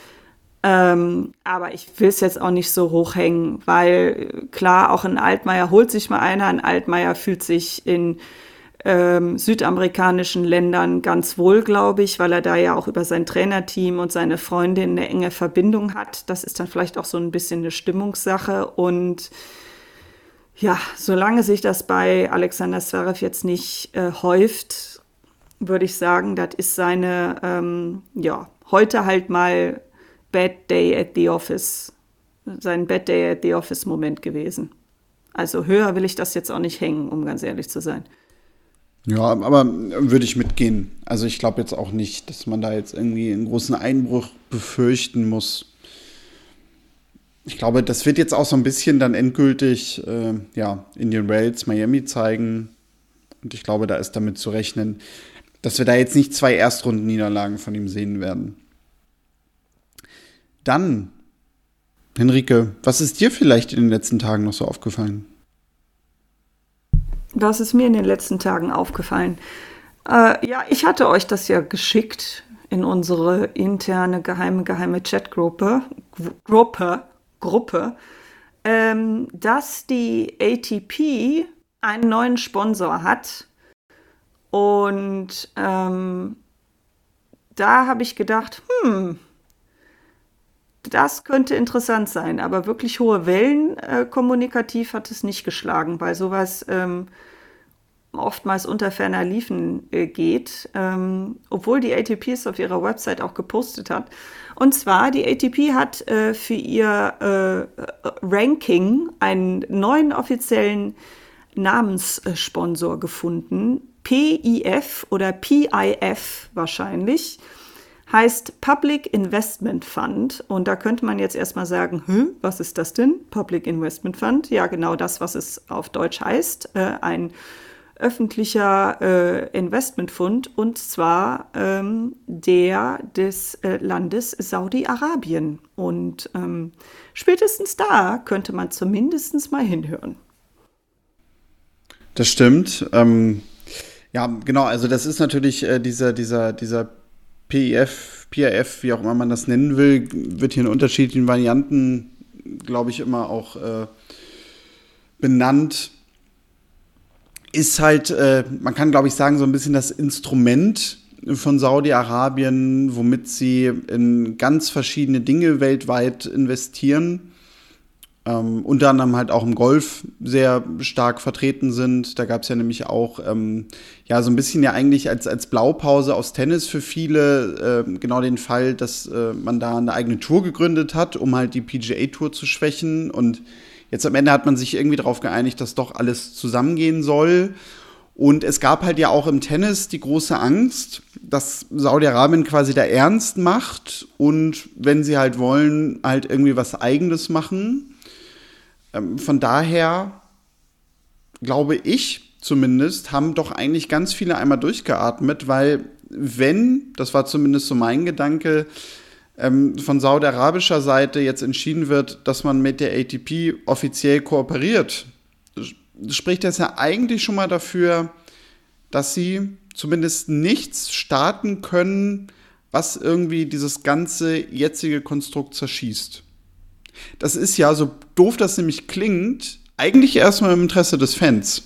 Ähm, aber ich will es jetzt auch nicht so hochhängen, weil klar, auch ein Altmaier holt sich mal einer. Ein Altmaier fühlt sich in ähm, südamerikanischen Ländern ganz wohl, glaube ich, weil er da ja auch über sein Trainerteam und seine Freundin eine enge Verbindung hat. Das ist dann vielleicht auch so ein bisschen eine Stimmungssache. Und ja, solange sich das bei Alexander Zverev jetzt nicht äh, häuft, würde ich sagen, das ist seine, ähm, ja, heute halt mal Bad Day at the Office, sein Bad Day at the Office Moment gewesen. Also höher will ich das jetzt auch nicht hängen, um ganz ehrlich zu sein. Ja, aber würde ich mitgehen. Also ich glaube jetzt auch nicht, dass man da jetzt irgendwie einen großen Einbruch befürchten muss. ich glaube, das wird jetzt auch so ein bisschen dann endgültig äh, ja, Indian Wells, Miami zeigen. Und ich glaube, da ist damit zu rechnen, dass wir da jetzt nicht zwei Erstrunden-Niederlagen von ihm sehen werden. Dann, Henrike, was ist dir vielleicht in den letzten Tagen noch so aufgefallen? Was ist mir in den letzten Tagen aufgefallen? Äh, ja, ich hatte euch das ja geschickt in unsere interne geheime, geheime Chatgruppe, Gruppe, Gruppe, ähm, dass die A T P einen neuen Sponsor hat. Und ähm, da habe ich gedacht, hm, das könnte interessant sein. Aber wirklich hohe Wellen äh, kommunikativ hat es nicht geschlagen, weil sowas ähm, oftmals unter ferner Liefen äh, geht, ähm, obwohl die A T P es auf ihrer Website auch gepostet hat. Und zwar, die A T P hat äh, für ihr äh, Ranking einen neuen offiziellen Namenssponsor gefunden. P I F oder P I F wahrscheinlich, heißt Public Investment Fund. Und da könnte man jetzt erstmal sagen, Hä, was ist das denn? Public Investment Fund? Ja, genau das, was es auf Deutsch heißt. Äh, ein öffentlicher äh, Investmentfonds, und zwar ähm, der des äh, Landes Saudi-Arabien. Und ähm, spätestens da könnte man zumindest mal hinhören. Das stimmt. Ähm, ja, genau, also das ist natürlich äh, dieser, dieser, dieser P I F, P I F, wie auch immer man das nennen will, wird hier in unterschiedlichen Varianten, glaube ich, immer auch äh, benannt. Ist halt, äh, man kann, glaube ich, sagen, so ein bisschen das Instrument von Saudi-Arabien, womit sie in ganz verschiedene Dinge weltweit investieren. Ähm, unter anderem halt auch im Golf sehr stark vertreten sind. Da gab es ja nämlich auch ähm, ja so ein bisschen ja eigentlich als, als Blaupause aus Tennis für viele äh, genau den Fall, dass äh, man da eine eigene Tour gegründet hat, um halt die P G A-Tour zu schwächen. Und jetzt am Ende hat man sich irgendwie darauf geeinigt, dass doch alles zusammengehen soll. Und es gab halt ja auch im Tennis die große Angst, dass Saudi-Arabien quasi da ernst macht und wenn sie halt wollen, halt irgendwie was Eigenes machen. Ähm, von daher, glaube ich zumindest, haben doch eigentlich ganz viele einmal durchgeatmet, weil wenn, das war zumindest so mein Gedanke, ähm, von saudi-arabischer Seite jetzt entschieden wird, dass man mit der A T P offiziell kooperiert, spricht das ja eigentlich schon mal dafür, dass sie zumindest nichts starten können, was irgendwie dieses ganze jetzige Konstrukt zerschießt. Das ist ja, so doof das nämlich klingt, eigentlich erstmal im Interesse des Fans.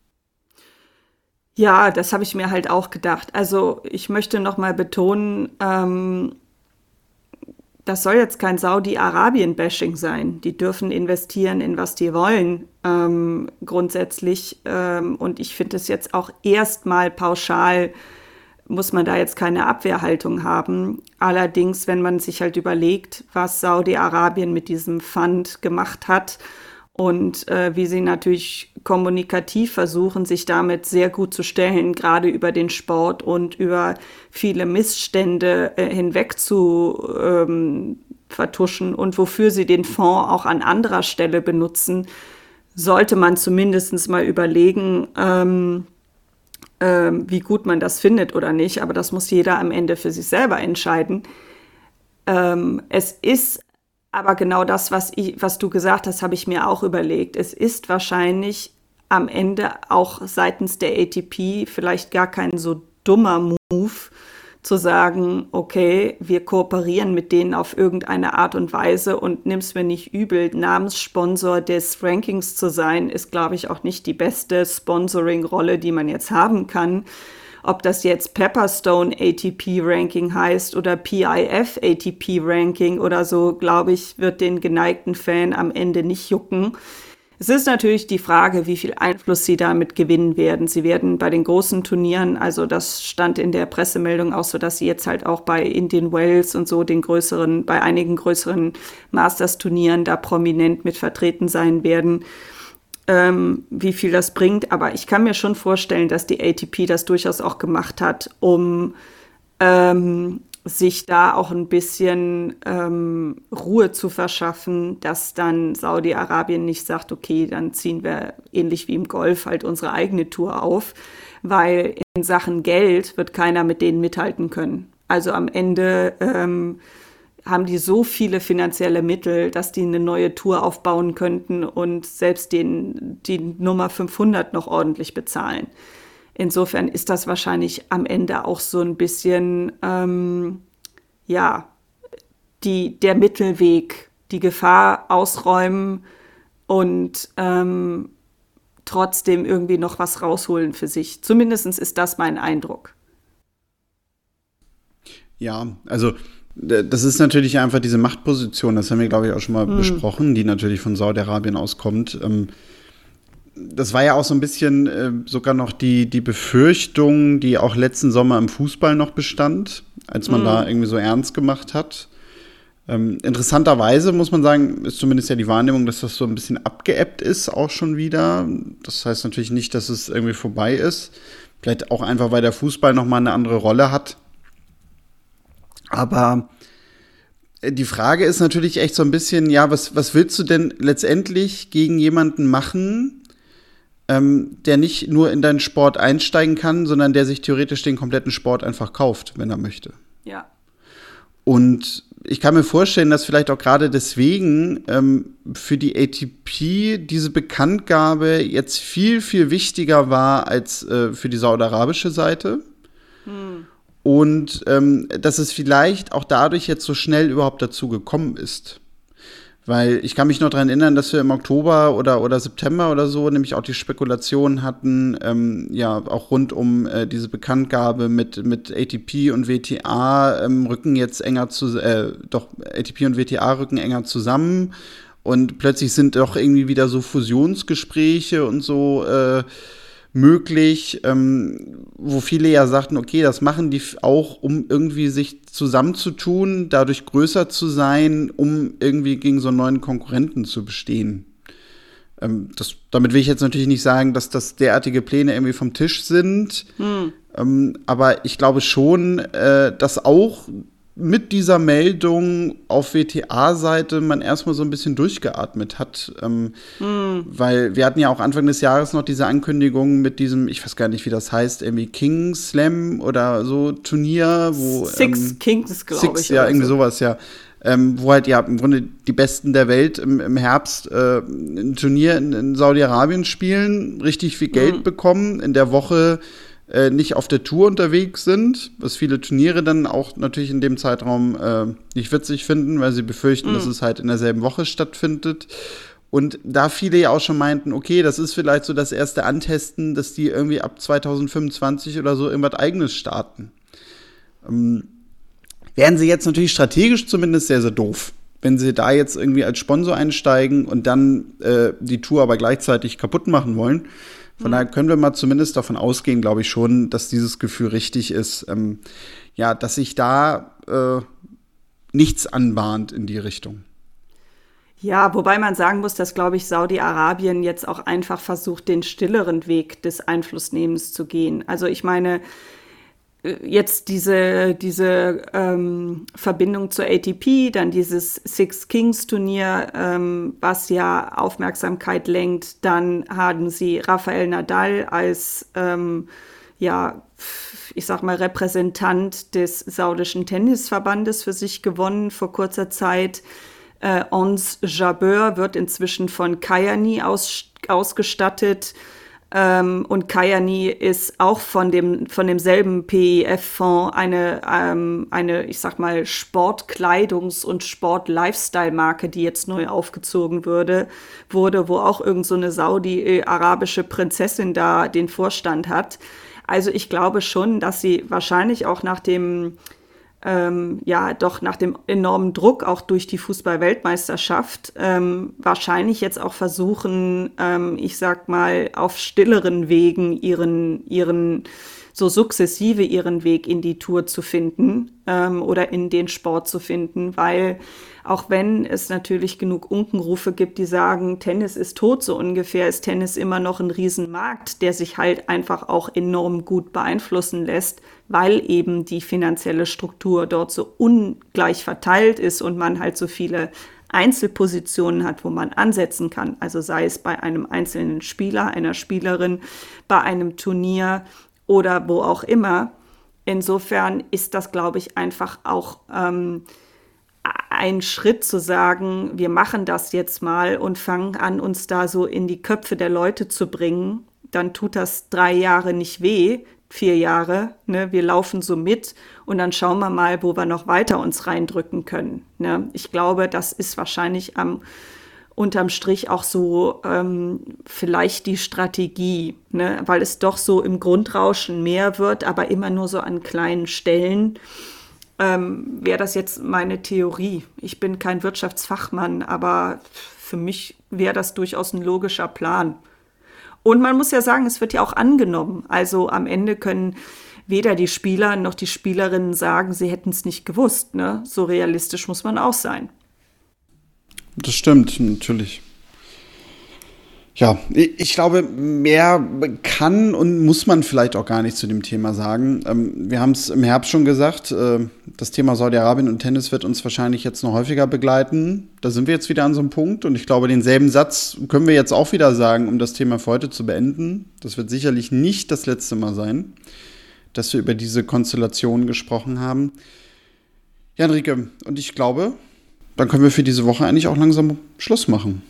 Ja, das habe ich mir halt auch gedacht. Also ich möchte noch mal betonen, ähm, das soll jetzt kein Saudi-Arabien-Bashing sein. Die dürfen investieren in was die wollen, ähm, grundsätzlich. Ähm, und ich finde es jetzt auch erstmal pauschal, muss man da jetzt keine Abwehrhaltung haben. Allerdings, wenn man sich halt überlegt, was Saudi-Arabien mit diesem Fund gemacht hat und äh, wie sie natürlich kommunikativ versuchen, sich damit sehr gut zu stellen, gerade über den Sport und über viele Missstände äh, hinweg zu ähm, vertuschen und wofür sie den Fonds auch an anderer Stelle benutzen, sollte man zumindest mal überlegen, ähm, ähm, wie gut man das findet oder nicht. Aber das muss jeder am Ende für sich selber entscheiden. Ähm, es ist aber genau das, was, ich, was du gesagt hast, habe ich mir auch überlegt. Es ist wahrscheinlich am Ende auch seitens der A T P vielleicht gar kein so dummer Move, zu sagen, okay, wir kooperieren mit denen auf irgendeine Art und Weise und nimm's mir nicht übel. Namenssponsor des Rankings zu sein, ist, glaube ich, auch nicht die beste Sponsoring-Rolle, die man jetzt haben kann. Ob das jetzt Pepperstone A T P Ranking heißt oder P I F A T P Ranking oder so, glaube ich, wird den geneigten Fan am Ende nicht jucken. Es ist natürlich die Frage, wie viel Einfluss sie damit gewinnen werden. Sie werden bei den großen Turnieren, also das stand in der Pressemeldung auch so, dass sie jetzt halt auch bei Indian Wells und so den größeren, bei einigen größeren Masters-Turnieren da prominent mit vertreten sein werden. Ähm, wie viel das bringt. Aber ich kann mir schon vorstellen, dass die A T P das durchaus auch gemacht hat, um ähm, sich da auch ein bisschen ähm, Ruhe zu verschaffen, dass dann Saudi-Arabien nicht sagt, okay, dann ziehen wir ähnlich wie im Golf halt unsere eigene Tour auf, weil in Sachen Geld wird keiner mit denen mithalten können. Also am Ende ähm, haben die so viele finanzielle Mittel, dass die eine neue Tour aufbauen könnten und selbst den, die Nummer fünfhundert noch ordentlich bezahlen. Insofern ist das wahrscheinlich am Ende auch so ein bisschen, ähm, ja, die, der Mittelweg, die Gefahr ausräumen und ähm, trotzdem irgendwie noch was rausholen für sich. Zumindest ist das mein Eindruck. Ja, also das ist natürlich einfach diese Machtposition, das haben wir, glaube ich, auch schon mal hm. besprochen, die natürlich von Saudi-Arabien auskommt. Ähm, Das war ja auch so ein bisschen äh, sogar noch die, die Befürchtung, die auch letzten Sommer im Fußball noch bestand, als man mm. da irgendwie so ernst gemacht hat. Ähm, interessanterweise muss man sagen, ist zumindest ja die Wahrnehmung, dass das so ein bisschen abgeebbt ist, auch schon wieder. Das heißt natürlich nicht, dass es irgendwie vorbei ist. Vielleicht auch einfach, weil der Fußball noch mal eine andere Rolle hat. Aber die Frage ist natürlich echt so ein bisschen, ja, was, was willst du denn letztendlich gegen jemanden machen, Ähm, der nicht nur in deinen Sport einsteigen kann, sondern der sich theoretisch den kompletten Sport einfach kauft, wenn er möchte. Ja. Und ich kann mir vorstellen, dass vielleicht auch gerade deswegen ähm, für die A T P diese Bekanntgabe jetzt viel, viel wichtiger war als äh, für die saudi-arabische Seite. Hm. Und ähm, dass es vielleicht auch dadurch jetzt so schnell überhaupt dazu gekommen ist. Weil ich kann mich noch daran erinnern, dass wir im Oktober oder, oder September oder so nämlich auch die Spekulation hatten, ähm, ja, auch rund um äh, diese Bekanntgabe mit, mit A T P und W T A ähm, rücken jetzt enger zu, äh, doch, A T P und W T A rücken enger zusammen und plötzlich sind doch irgendwie wieder so Fusionsgespräche und so äh, möglich, ähm, wo viele ja sagten, okay, das machen die auch, um irgendwie sich zusammenzutun, dadurch größer zu sein, um irgendwie gegen so einen neuen Konkurrenten zu bestehen. Ähm, das, damit will ich jetzt natürlich nicht sagen, dass das derartige Pläne irgendwie vom Tisch sind, hm. ähm, aber ich glaube schon, äh, dass auch mit dieser Meldung auf W T A-Seite man erstmal so ein bisschen durchgeatmet hat. Ähm, mm. Weil wir hatten ja auch Anfang des Jahres noch diese Ankündigung mit diesem, ich weiß gar nicht, wie das heißt, irgendwie King Slam oder so Turnier, wo Six ähm, Kings, glaube ich. Ja, irgendwie so. sowas, ja. Ähm, wo halt ja im Grunde die Besten der Welt im, im Herbst äh, ein Turnier in, in Saudi-Arabien spielen, richtig viel Geld mm. bekommen, in der Woche Äh, nicht auf der Tour unterwegs sind, was viele Turniere dann auch natürlich in dem Zeitraum äh, nicht witzig finden, weil sie befürchten, mm. dass es halt in derselben Woche stattfindet. Und da viele ja auch schon meinten, okay, das ist vielleicht so das erste Antesten, dass die irgendwie ab zwanzig fünfundzwanzig oder so irgendwas Eigenes starten. Ähm, wären sie jetzt natürlich strategisch zumindest sehr, sehr doof, wenn sie da jetzt irgendwie als Sponsor einsteigen und dann äh, die Tour aber gleichzeitig kaputt machen wollen. Von daher können wir mal zumindest davon ausgehen, glaube ich schon, dass dieses Gefühl richtig ist, ähm, ja, dass sich da äh, nichts anbahnt in die Richtung. Ja, wobei man sagen muss, dass, glaube ich, Saudi-Arabien jetzt auch einfach versucht, den stilleren Weg des Einflussnehmens zu gehen. Also ich meine, jetzt diese, diese ähm, Verbindung zur A T P, dann dieses Six Kings Turnier, ähm, was ja Aufmerksamkeit lenkt. Dann haben sie Rafael Nadal als, ähm, ja, ich sag mal, Repräsentant des saudischen Tennisverbandes für sich gewonnen vor kurzer Zeit. Äh, Ons Jabeur wird inzwischen von Kayani aus, ausgestattet. Ähm, und Kayani ist auch von dem von demselben P E F-Fonds eine, ähm, eine, ich sag mal, Sportkleidungs- und Sport-Lifestyle-Marke, die jetzt neu aufgezogen würde, wurde, wo auch irgend so eine saudi-arabische Prinzessin da den Vorstand hat. Also ich glaube schon, dass sie wahrscheinlich auch nach dem Ähm, ja, doch nach dem enormen Druck auch durch die Fußball-Weltmeisterschaft ähm, wahrscheinlich jetzt auch versuchen, ähm, ich sag mal, auf stilleren Wegen ihren, ihren so sukzessive ihren Weg in die Tour zu finden ähm, oder in den Sport zu finden, weil auch wenn es natürlich genug Unkenrufe gibt, die sagen, Tennis ist tot so ungefähr, ist Tennis immer noch ein Riesenmarkt, der sich halt einfach auch enorm gut beeinflussen lässt, weil eben die finanzielle Struktur dort so ungleich verteilt ist und man halt so viele Einzelpositionen hat, wo man ansetzen kann. Also sei es bei einem einzelnen Spieler, einer Spielerin, bei einem Turnier oder wo auch immer. Insofern ist das, glaube ich, einfach auch ähm, ein Schritt zu sagen, wir machen das jetzt mal und fangen an, uns da so in die Köpfe der Leute zu bringen. Dann tut das drei Jahre nicht weh, vier Jahre. Ne? Wir laufen so mit und dann schauen wir mal, wo wir noch weiter uns reindrücken können. Ne? Ich glaube, das ist wahrscheinlich am unterm Strich auch so ähm, vielleicht die Strategie, ne? Weil es doch so im Grundrauschen mehr wird, aber immer nur so an kleinen Stellen. Ähm, wäre das jetzt meine Theorie. Ich bin kein Wirtschaftsfachmann, aber für mich wäre das durchaus ein logischer Plan. Und man muss ja sagen, es wird ja auch angenommen. Also am Ende können weder die Spieler noch die Spielerinnen sagen, sie hätten es nicht gewusst. Ne? So realistisch muss man auch sein. Das stimmt, natürlich. Ja, ich glaube, mehr kann und muss man vielleicht auch gar nicht zu dem Thema sagen. Wir haben es im Herbst schon gesagt, das Thema Saudi-Arabien und Tennis wird uns wahrscheinlich jetzt noch häufiger begleiten. Da sind wir jetzt wieder an so einem Punkt und ich glaube, denselben Satz können wir jetzt auch wieder sagen, um das Thema für heute zu beenden. Das wird sicherlich nicht das letzte Mal sein, dass wir über diese Konstellation gesprochen haben. Ja, Enrique, und ich glaube, dann können wir für diese Woche eigentlich auch langsam Schluss machen.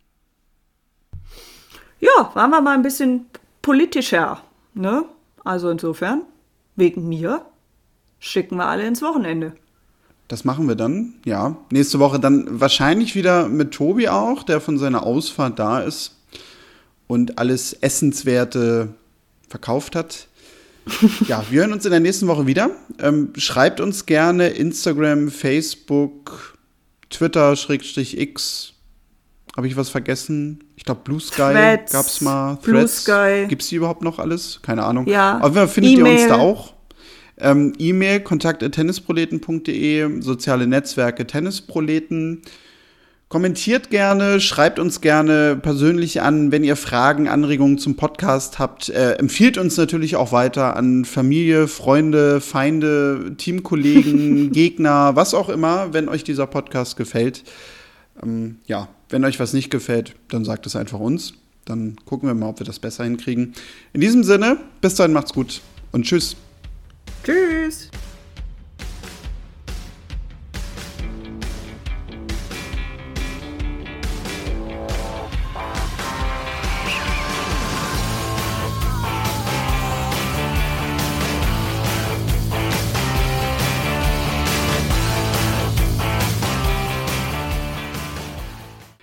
Ja, waren wir mal ein bisschen politischer, ne? Also insofern, wegen mir, schicken wir alle ins Wochenende. Das machen wir dann, ja. Nächste Woche dann wahrscheinlich wieder mit Tobi auch, der von seiner Ausfahrt da ist und alles Essenswerte verkauft hat. Ja, wir hören uns in der nächsten Woche wieder. Ähm, schreibt uns gerne Instagram, Facebook, Twitter, Schrägstrich X. Habe ich was vergessen? Ich glaube, Blue Sky Threads, gab's mal. Blue Threads. Sky. Gibt's die überhaupt noch alles? Keine Ahnung. Ja. Aber findet E-Mail. ihr uns da auch? Ähm, E-Mail, kontakt at tennisproleten punkt de, soziale Netzwerke Tennisproleten. Kommentiert gerne, schreibt uns gerne persönlich an, wenn ihr Fragen, Anregungen zum Podcast habt. Äh, empfiehlt uns natürlich auch weiter an Familie, Freunde, Feinde, Teamkollegen, Gegner, was auch immer, wenn euch dieser Podcast gefällt. Ähm, ja, wenn euch was nicht gefällt, dann sagt es einfach uns. Dann gucken wir mal, ob wir das besser hinkriegen. In diesem Sinne, bis dahin macht's gut und tschüss. Tschüss.